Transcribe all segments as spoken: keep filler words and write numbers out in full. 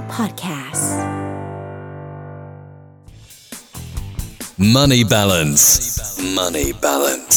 Podcast Money balance. Money balance.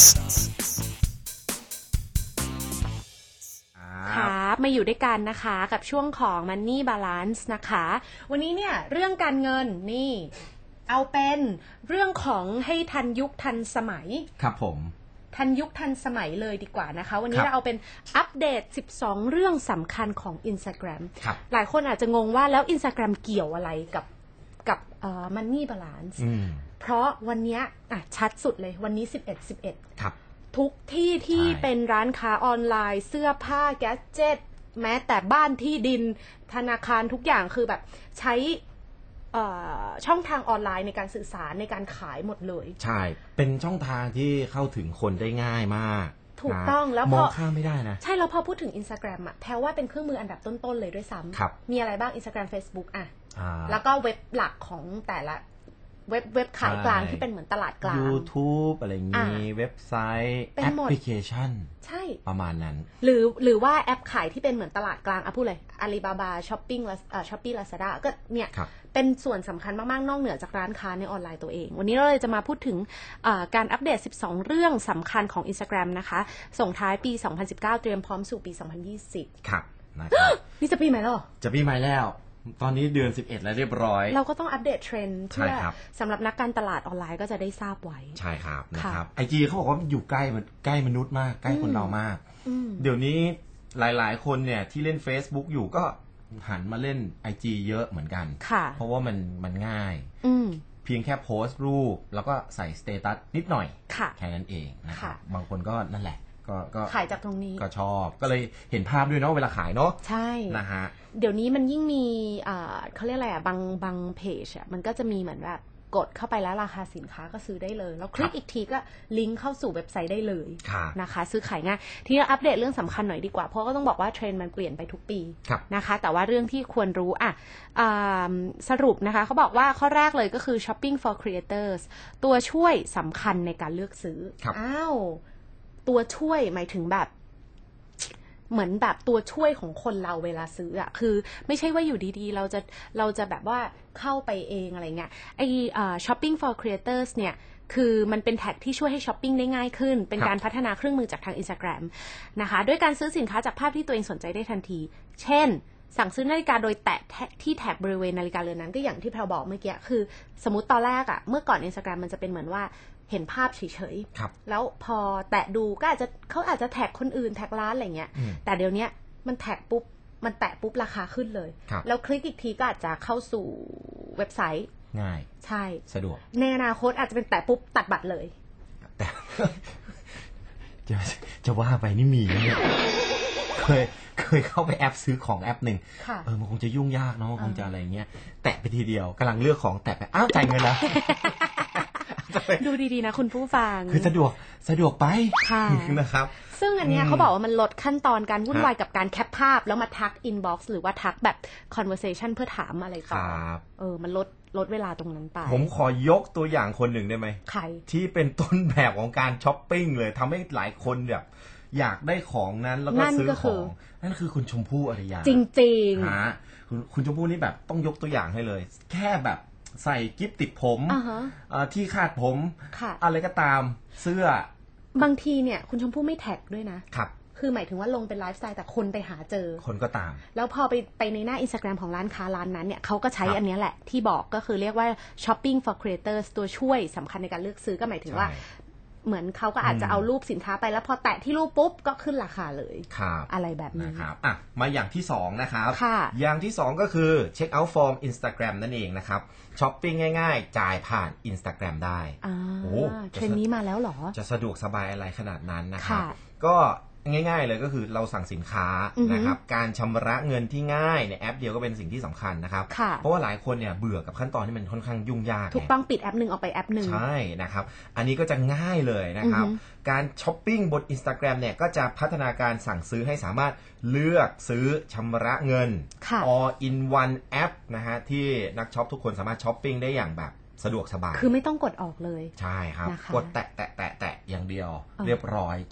ครับมาอยู่ด้วยกันนะคะกับช่วงของ Money Balance นะคะวันนี้เนี่ยเรื่องการเงินนี่เอาเป็นเรื่องของให้ทันยุคทันสมัยครับผมทันยุคทันสมัยเลยดีกว่านะคะวันนี้เราเอาเป็นอัปเดตสิบสองเรื่องสำคัญของ Instagram หลายคนอาจจะงงว่าแล้ว Instagram เกี่ยวอะไรกับกับเอ่อ Money Balance เพราะวันนี้อ่ะชัดสุดเลยวันนี้สิบเอ็ด สิบเอ็ดครับทุกที่ที่เป็นร้านค้าออนไลน์เสื้อผ้าแกดเจ็ตแม้แต่บ้านที่ดินธนาคารทุกอย่างคือแบบใช้ช่องทางออนไลน์ในการสื่อสารในการขายหมดเลยใช่เป็นช่องทางที่เข้าถึงคนได้ง่ายมากถูกต้องแล้วมองข้ามไม่ได้นะใช่แล้วพอพูดถึง Instagram อะแพรว่าเป็นเครื่องมืออันดับต้นๆเลยด้วยซ้ำมีอะไรบ้าง Instagram Facebook อะแล้วก็เว็บหลักของแต่ละเว็บเว็บขายกลางที่เป็นเหมือนตลาดกลาง YouTube อะไรอย่างงี้เว็บไซต์แอปพลิเคชันใช่ประมาณนั้นหรือหรือว่าแอปขายที่เป็นเหมือนตลาดกลางอ่ะพูดเลย Alibaba Shopping อ่า Shopee Lazada ก็เนี่ยเป็นส่วนสำคัญมากๆนอกเหนือจากร้านค้าในออนไลน์ตัวเองวันนี้เราเลยจะมาพูดถึงการอัปเดตสิบสองเรื่องสำคัญของ Instagram นะคะส่งท้ายปีสองพันสิบเก้าเตรียมพร้อมสู่ปีสองพันยี่สิบครับนะครับนี่จะปีใหม่แล้วเหรอจะปีใหม่แล้วตอนนี้เดือนสิบเอ็ดแล้วเรียบร้อยเราก็ต้องอัปเดตเทรนด์เพื่อสำหรับนักการตลาดออนไลน์ก็จะได้ทราบไว้ใช่ครับนะครับไอจีเขาบอกว่าอยู่ใกล้มันใกล้มนุษย์มากใกล้คนเรามากเดี๋ยวนี้หลายๆคนเนี่ยที่เล่น Facebook อยู่ก็หันมาเล่น ไอ จี เยอะเหมือนกันเพราะว่ามันมันง่ายเพียงแค่โพสต์รูปแล้วก็ใส่สเตตัสนิดหน่อยแค่นั้นเองนะครับบางคนก็นั่นแหละก็ขายจากตรงนี้ก็ชอบก็เลยเห็นภาพด้วยเนาะเวลาขายเนาะใช่นะฮะเดี๋ยวนี้มันยิ่งมีเขาเรียกอะไรอ่ะบางบางเพจอ่ะมันก็จะมีเหมือนแบบกดเข้าไปแล้วราคาสินค้าก็ซื้อได้เลยแล้วคลิกอีกทีก็ลิงก์เข้าสู่เว็บไซต์ได้เลยนะคะซื้อขายง่ายที่เราอัปเดตเรื่องสำคัญหน่อยดีกว่าเพราะก็ต้องบอกว่าเทรนด์มันเปลี่ยนไปทุกปีนะคะแต่ว่าเรื่องที่ควรรู้อ่ะสรุปนะคะเขาบอกว่าข้อแรกเลยก็คือ shopping for creators ตัวช่วยสำคัญในการเลือกซื้ออ้าวตัวช่วยหมายถึงแบบเหมือนแบบตัวช่วยของคนเราเวลาซื้ออะคือไม่ใช่ว่าอยู่ดีๆเราจะเราจะแบบว่าเข้าไปเองอะไรเงี้ยไอ้ shopping for creators เนี่ยคือมันเป็นแท็กที่ช่วยให้ช้อปปิ้งได้ง่ายขึ้นเป็นการพัฒนาเครื่องมือจากทาง Instagram นะคะด้วยการซื้อสินค้าจากภาพที่ตัวเองสนใจได้ทันทีเช่นสั่งซื้อนาฬิกาโดยแตะที่แท็กบริเวณนาฬิกาเรือนนั้นก็อย่างที่แพรบอกเมื่อกี้คือสมมติตอนแรกอะเมื่อก่อน Instagram มันจะเป็นเหมือนว่าเห็นภาพเฉยๆแล้วพอแตะดูก็อาจจะเขาอาจจะแท็กคนอื่นแท็กร้านอะไรเงี้ยแต่เดี๋ยวนี้มันแท็กปุ๊บมันแตะปุ๊บราคาขึ้นเลยแล้วคลิกอีกทีก็อาจจะเข้าสู่เว็บไซต์ง่ายใช่สะดวกในอนาคตอาจจะเป็นแตะปุ๊บตัดบัตรเลยแต่จะจะว่าไปนี่มีเนี่ยเคยเคยเข้าไปแอปซื้อของแอปหนึ่งเออมันคงจะยุ่งยากเนาะคงจะอะไรเงี้ยแตะไปทีเดียวกำลังเลือกของแตะไปอ้าวจ่ายเงินแล้วดูดีๆนะคุณผู้ฟังคือสะดวกสะดวกไปนะครับซึ่งอันเนี้ยเขาบอกว่ามันลดขั้นตอนการวุ่นวายกับการแคปภาพแล้วมาทัก inbox หรือว่าทักแบบ conversation เพื่อถามอะไรต่อเออมันลดลดเวลาตรงนั้นไปผมขอยกตัวอย่างคนหนึ่งได้ไหมใครที่เป็นต้นแบบของการช้อปปิ้งเลยทำให้หลายคนแบบอยากได้ของนั้นแล้วก็ซื้อของนั่นคือคุณชมพู่อารยาจริงๆฮะคุณคุณชมพู่นี่แบบต้องยกตัวอย่างให้เลยแค่แบบใส่กิ๊บติดผม uh-huh. ที่คาดผมอะไรก็ตามเสื้อบางทีเนี่ยคุณชมพู่ไม่แท็กด้วยนะครับคือหมายถึงว่าลงเป็นไลฟ์สไตล์แต่คนไปหาเจอคนก็ตามแล้วพอไปไปในหน้า Instagram ของร้านค้าร้านนั้นเนี่ยเขาก็ใช้อันนี้แหละที่บอกก็คือเรียกว่า shopping for creators ตัวช่วยสำคัญในการเลือกซื้อก็หมายถึงว่าเหมือนเขาก็อาจจะเอารูปสินค้าไปแล้วพอแตะที่รูปปุ๊บก็ขึ้นราคาเลยอะไรแบบนี้นะครับอ่ะมาอย่างที่สองนะครับอย่างที่สองก็คือ check out form Instagram นั่นเองนะครับช้อปปิ้งง่ายๆจ่ายผ่าน Instagram ได้โอ้เทรนด์นี้มาแล้วเหรอจะสะดวกสบายอะไรขนาดนั้นนะครับก็ง่ายๆเลยก็คือเราสั่งสินค้านะครับการชำระเงินที่ง่ายในแอปเดียวก็เป็นสิ่งที่สำคัญนะครับเพราะว่าหลายคนเนี่ยเบื่อกับขั้นตอนที่มันค่อนข้างยุ่งยากถูกต้องปิดแอปหนึ่งออกไปแอปหนึ่งใช่นะครับอันนี้ก็จะง่ายเลยนะครับการช้อปปิ้งบน Instagram เนี่ยก็จะพัฒนาการสั่งซื้อให้สามารถเลือกซื้อชำระเงิน all in one app นะฮะที่นักช็อปทุกคนสามารถช้อปปิ้งได้อย่างแบบสะดวกสบายคือไม่ต้องกดออกเลยใช่ครับกดแตะแตะแตะแตะอย่างเดียวเรียบร้อยจบ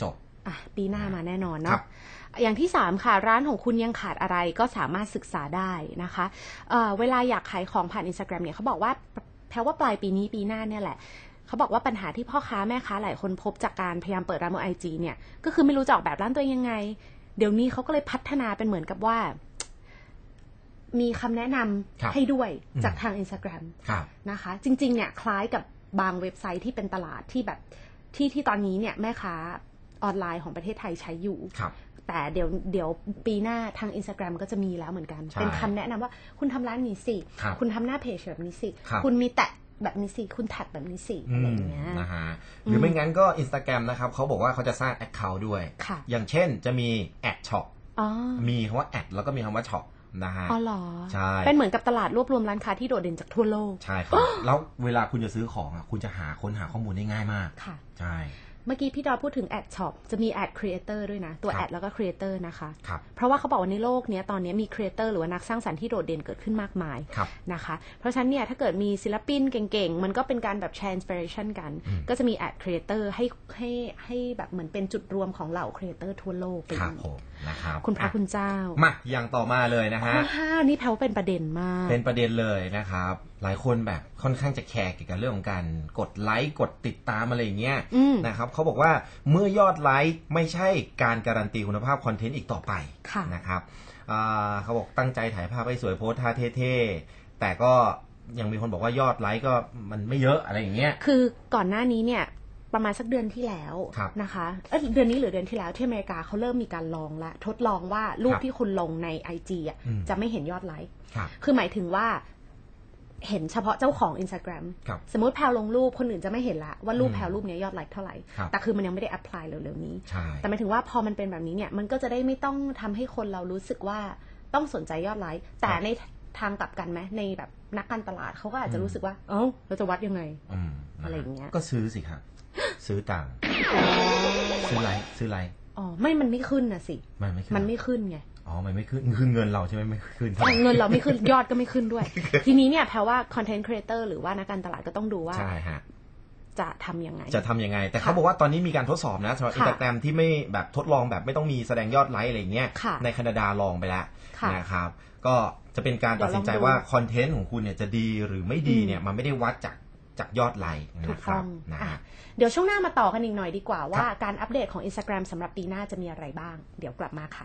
อ่ะปีหน้ามาแน่นอนเนาะอย่างที่สามค่ะร้านของคุณยังขาดอะไรก็สามารถศึกษาได้นะคะเอ่อเวลาอยากขายของผ่าน Instagram เนี่ยเขาบอกว่าแปลว่าปลายปีนี้ปีหน้าเนี่ยแหละเขาบอกว่าปัญหาที่พ่อค้าแม่ค้าหลายคนพบจากการพยายามเปิดร้านบน ไอ จี เนี่ยก็คือไม่รู้จะออกแบบร้านตัวเองยังไงเดี๋ยวนี้เขาก็เลยพัฒนาเป็นเหมือนกับว่ามีคำแนะนำให้ด้วยจากทาง Instagram นะคะจริงๆเนี่ยคล้ายกับบางเว็บไซต์ที่เป็นตลาดที่แบบที่ที่ตอนนี้เนี่ยแม่ค้าออนไลน์ของประเทศไทยใช้อยู่แต่เดี๋ยวเดี๋ยวปีหน้าทาง Instagram ก็จะมีแล้วเหมือนกันเป็นคำแนะนำว่าคุณทำร้านนี้สิคุณทำหน้าเพจแบบนี้สิคุณมีแตะแบบนี้สิคุณแท็กแบบนี้สิอะไรอย่างเงี้ยนะฮะหรือไม่งั้นก็ Instagram นะครับเขาบอกว่าเขาจะสร้าง Account ด้วยอย่างเช่นจะมี Ad Shop มีคำว่า Ad แล้วก็มีคำว่า Shop นะฮะอ๋อเหรอใช่เป็นเหมือนกับตลาดรวบรวมร้านค้าที่โดดเด่นจากทั่วโลกใช่ครับแล้วเวลาคุณจะซื้อของอ่ะคุณจะหาค้นหาข้อมูลได้ง่ายมากค่ะใช่เมื่อกี้พี่ดอพูดถึง Ad Shop จะมี Ad Creator ด้วยนะตัว Ad แล้วก็ Creator นะคะเพราะว่าเขาบอกว่าในโลกนี้ตอนนี้มี Creator หรือว่านักสร้างสรรค์ที่โดดเด่นเกิดขึ้นมากมายนะคะเพราะฉะนั้นเนี่ยถ้าเกิดมีศิลปินเก่งๆมันก็เป็นการแบบแชร์ inspiration กันก็จะมี Ad Creator ให้ให้ให้แบบเหมือนเป็นจุดรวมของเหล่า Creator ทั่วโลกครับผมนะครับคุณพระคุณเจ้ามาอย่างต่อมาเลยนะฮะข้อห้านี่แปลว่าเป็นประเด็นมากเป็นประเด็นเลยนะครับหลายคนแบบค่อนข้างจะแคร์เกี่ยวกับเรื่องของการกดไลค์กดติดตามอะไรอย่างเงี้ยนะครับเขาบอกว่าเมื่อยอดไลค์ไม่ใช่การการันตีคุณภาพคอนเทนต์อีกต่อไปนะครับเขาบอกตั้งใจถ่ายภาพให้สวยโพสท่าเท่ๆแต่ก็ยังมีคนบอกว่ายอดไลค์ก็มันไม่เยอะอะไรอย่างเงี้ยคือก่อนหน้านี้เนี่ยประมาณสักเดือนที่แล้วนะคะเอ้ยเดือนนี้หรือเดือนที่แล้วที่อเมริกาเขาเริ่มมีการลองละทดลองว่ารูปที่คุณลงใน ไอ จี อ่ะจะไม่เห็นยอดไลค์คือหมายถึงว่าเห็นเฉพาะเจ้าของ Instagram สมมติแพลลงรูปคนอื่นจะไม่เห็นละว่ารูปแพลรูปนี้ยอดไลค์เท่าไหร่แต่คือมันยังไม่ได้แอพพลายเร็วๆนี้แต่หมายถึงว่าพอมันเป็นแบบนี้เนี่ยมันก็จะได้ไม่ต้องทำให้คนเรารู้สึกว่าต้องสนใจยอดไลค์แต่ในทางกลับกันไหมในแบบนักการตลาดเขาก็อาจจะรู้สึกว่าเอ้าเราจะวัดยังไงอะไรอย่างเงี้ยก็ซื้อสิครับซื้อต่างซื้อไลค์ซื้อไลค์อ๋อไม่มันไม่ขึ้นนะสิมันไม่ขึ้นมันไม่ขึ้นไงอ๋อมันไม่ขึ้นคือเงินเราใช่ไหมไม่ขึ้นเงินเราไม่ขึ้นยอดก็ไม่ขึ้นด้วย ทีนี้เนี่ยแปลว่าคอนเทนต์ครีเอเตอร์หรือว่านักการตลาดก็ต้องดูว่าใช่ฮะจะทำยังไงจะทำยังไงแต่เขาบอกว่าตอนนี้มีการทดสอบนะสำหรับ Instagram ที่ไม่แบบทดลองแบบไม่ต้องมีแสดงยอดไลค์อะไรเงี้ยในแคนาดาลองไปแล้วนะครับก็จะเป็นการตัดสินใจว่าคอนเทนต์ของคุณเนี่ยจะดีหรือไม่ดีเนี่ยมันไม่ได้วัดจากจากยอดไลค์นะครับนะเดี๋ยวช่วงหน้ามาต่อกันอีกหน่อยดีกว่าว่าการอัปเดตของ Instagram สำหรับปีหน้าจะมีอะไรบ้างเดี๋ยวกลับมาค่ะ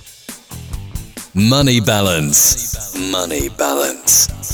Money Balance Money Balance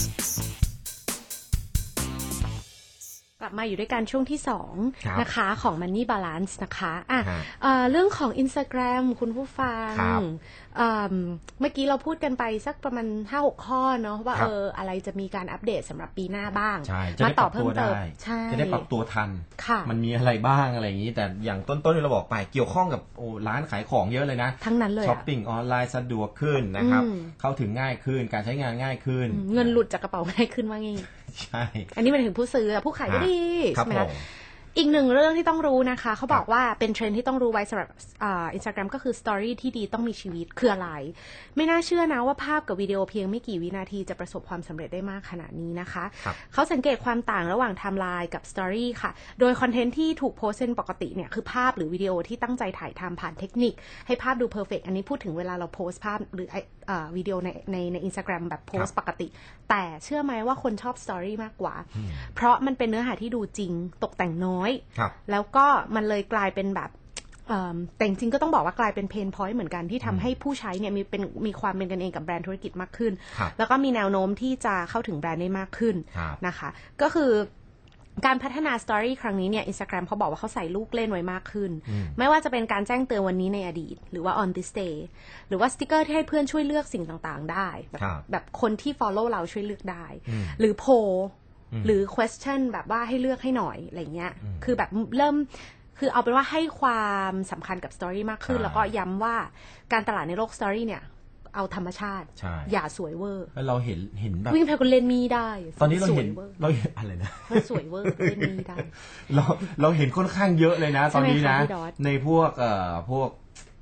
กลับมาอยู่ด้วยกันช่วงที่สองนะคะของ Money Balance นะคะอ่ะเอ่อเรื่องของ Instagram คุณผู้ฟังเอ่อเมื่อกี้เราพูดกันไปสักประมาณ ห้าหก ข้อเนาะว่าเอออะไรจะมีการอัปเดตสำหรับปีหน้าบ้างมาตอบเพิ่มเติมจะได้ปรับตัวทันมันมีอะไรบ้างอะไรอย่างนี้แต่อย่างต้นๆที่เราบอกไปเกี่ยวข้องกับโอ้ร้านขายของเยอะเลยนะทั้งนั้นเลยช้อปปิ้งออนไลน์สะดวกขึ้นนะครับเข้าถึงง่ายขึ้นการใช้งานง่ายขึ้นเงินหลุดจากกระเป๋าง่ายขึ้นว่างี้ใช่อันนี้มันถึงผู้ซื้อผู้ขายก็ดีใช่ไหมคะอีกหนึ่งเรื่องที่ต้องรู้นะคะเขาบอกว่าเป็นเทรนด์ที่ต้องรู้ไว้สำหรับอ่า Instagram ก็คือสตอรี่ที่ดีต้องมีชีวิตคืออะไรไม่น่าเชื่อนะว่าภาพกับวิดีโอเพียงไม่กี่วินาทีจะประสบความสำเร็จได้มากขนาดนี้นะคะเขาสังเกตความต่างระหว่างไทม์ไลน์กับสตอรี่ค่ะโดยคอนเทนต์ที่ถูกโพสต์เป็นปกติเนี่ยคือภาพหรือวิดีโอที่ตั้งใจถ่ายทำผ่านเทคนิคให้ภาพดูเพอร์เฟกต์อันนี้พูดถึงเวลาเราโพสต์ภาพหรืออ่าวิดีโอในในใน Instagram แบบโพสต์ปกติแต่เชื่อไหมว่าคนชอบสตอรี่มากกว่าเพราะมันเป็นเนื้อหาที่ดูจริงตกแต่งน้อยแล้วก็มันเลยกลายเป็นแบบแต่จริงๆก็ต้องบอกว่ากลายเป็นเพนพอยต์เหมือนกันที่ทำให้ผู้ใช้เนี่ยมีเป็นมีความเป็นกันเองกับแบรนด์ธุรกิจมากขึ้นแล้วก็มีแนวโน้มที่จะเข้าถึงแบรนด์ได้มากขึ้นนะคะก็คือการพัฒนาสตอรี่ครั้งนี้เนี่ย Instagram เขาบอกว่าเขาใส่ลูกเล่นไว้มากขึ้นไม่ว่าจะเป็นการแจ้งเตือนวันนี้ในอดีตหรือว่า on this day หรือว่าสติ๊กเกอร์ที่ให้เพื่อนช่วยเลือกสิ่งต่างๆได้แบบแบบคนที่ follow เราช่วยเลือกได้หรือโพลหรือ question แบบว่าให้เลือกให้หน่อยอะไรเงี้ยคือแบบเริ่มคือเอาเป็นว่าให้ความสำคัญกับสตอรี่มากขึ้นแล้วก็ย้ำว่าการตลาดในโลกสตอรี่เนี่ยเอาธรรมชาติอย่าสวยเวอร์แล้วเราเห็นเห็นแบบวิ่งแพลก็เล่นมีได้ตอนนี้เราเห็นเราเห็นอะไรนะสวยเวอร์เล่นมีได้เราเราเห็นค่อนข้างเยอะเลยนะตอนนี้นะในพวกเอ่อพวก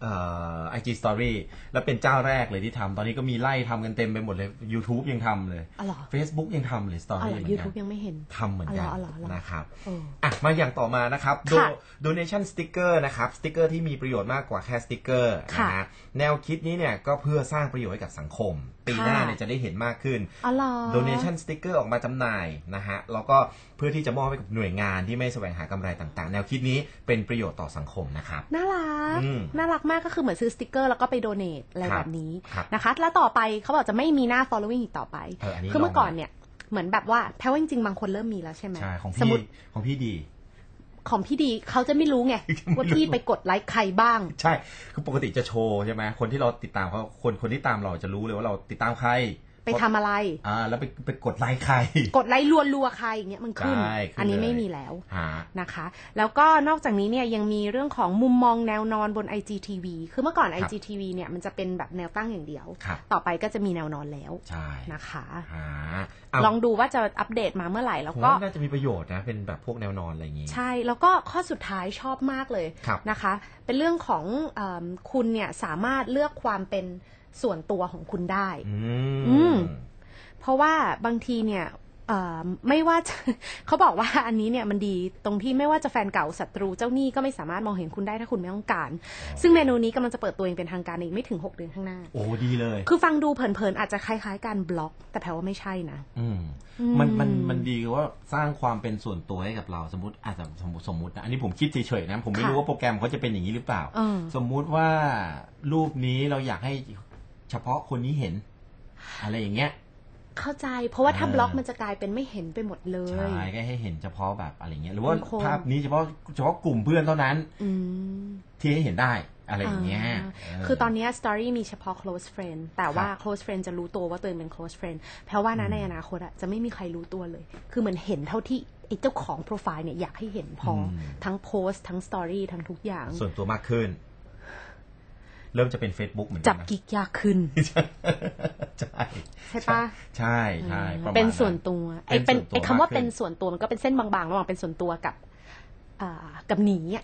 เอ่อ ไอ จี Story แล้วเป็นเจ้าแรกเลยที่ทำตอนนี้ก็มีไล่ทำกันเต็มไปหมดเลย YouTube ยังทำเลยอ๋อเหรอ Facebook ยังทำเลย Story เหมือนกัน YouTube ยังไม่เห็นทำเหมือนกันอ๋อเหรออ๋อเหรอนะครับเอออ่ะมาอย่างต่อมานะครับค่ะ Donation Sticker นะครับสติ๊กเกอร์ที่มีประโยชน์มากกว่าแค่สติ๊กเกอร์นะฮะแนวคิดนี้เนี่ยก็เพื่อสร้างประโยชน์ให้กับสังคมปีหน้าเนี่ยจะได้เห็นมากขึ้นอ๋อเหรอ Donation Sticker ออกมาจำหน่ายนะฮะแล้วก็เพื่อที่จะมอบให้กับหน่วยงานที่ไม่แสวงหากำไรต่างๆแนวคิดนี้เป็นประโยชน์ต่อสังคมนะครับน่ารักน่ารักมากก็คือเหมือนซื้อสติกเกอร์แล้วก็ไปโดเนทอะไรแบบนี้นะคะแล้วต่อไปเขาบอกจะไม่มีหน้า following อีกต่อไปคือเมื่อก่อนเนี่ยเหมือนแบบว่าแพ้ว่าจริงๆบางคนเริ่มมีแล้วใช่ไหมใช่ของพี่ของพี่ดีของพี่ดีเขาจะไม่รู้ไงว่าพี่ไปกดไลค์ใครบ้างใช่คือปกติจะโชว์ใช่ไหมคนที่เราติดตามเขาคนคนที่ตามเราจะรู้เลยว่าเราติดตามใครไปทำอะไรอ่าแล้วไปไปกดไลค์ใครกดไลค์รัวๆใครอย่างเงี้ยมันขึ้นอันนี้ไม่มีแล้วนะคะแล้วก็นอกจากนี้เนี่ยยังมีเรื่องของมุมมองแนวนอนบน ไอ จี ที วี คือเมื่อก่อน ไอ จี ที วี เนี่ยมันจะเป็นแบบแนวตั้งอย่างเดียวต่อไปก็จะมีแนวนอนแล้วนะคะลองดูว่าจะอัปเดตมาเมื่อไหร่แล้วก็น่าจะมีประโยชน์นะเป็นแบบพวกแนวนอนอะไรอย่างงี้ใช่แล้วก็ข้อสุดท้ายชอบมากเลยนะคะเป็นเรื่องของคุณเนี่ยสามารถเลือกความเป็นส่วนตัวของคุณได้อืมเพราะว่าบางทีเนี่ยไม่ว่าเขาบอกว่าอันนี้เนี่ยมันดีตรงที่ไม่ว่าจะแฟนเก่าศัตรูเจ้าหนี้ก็ไม่สามารถมองเห็นคุณได้ถ้าคุณไม่ต้องการซึ่งเมนูนี้กำลังจะเปิดตัวเองเป็นทางการอีกไม่ถึงหกเดือนข้างหน้าโอ้ดีเลยคือฟังดูเผินๆอาจจะคล้ายๆการบล็อกแต่แปลว่าไม่ใช่นะอืมมันมันมันดีว่าสร้างความเป็นส่วนตัวให้กับเราสมมติอาจจะสมมติสมมตินะอันนี้ผมคิดเฉยๆนะผมไม่รู้ว่าโปรแกรมเขาจะเป็นอย่างนี้หรือเปล่าสมมุติว่ารูปนี้เราอยากให้เฉพาะคนนี้เห็นอะไรอย่างเงี้ยเข้าใจเพราะว่าถ้าบล็อกมันจะกลายเป็นไม่เห็นไปหมดเลยใช่ก็ให้เห็นเฉพาะแบบอะไรเงี้ยหรือว่าภาพนี้เฉพาะเฉพาะกลุ่มเพื่อนเท่านั้นที่ให้เห็นได้อะไรอย่างเงี้ยคือตอนนี้ story มีเฉพาะ close friend แต่ว่า close friend จะรู้ตัวว่าตัวเองเป็น close friend เพราะว่านะในอนาคตอะจะไม่มีใครรู้ตัวเลยคือเหมือนเห็นเท่าที่ไอ้เจ้าของโปรไฟล์เนี่ยอยากให้เห็นพอทั้งโพสทั้ง story ทั้งทุกอย่างส่วนตัวมากขึ้นเริ่มจะเป็น Facebook เหมือนกันจับกิ๊กยากขึ้นใช่ใช่ปะใช่ใช่เป็นส่วนตัวไอ้เป็นไอ้คำว่าเป็นส่วนตัวมันก็เป็นเส้นบางๆระหว่างเป็นส่วนตัวกับอ่ากับหนีอ่ะ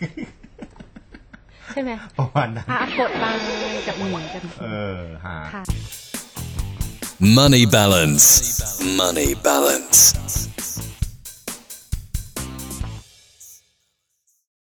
ใช่ไหมประมาณนั้นอ่ะกดบางกับหนีกันเออฮะ Money balance Money balance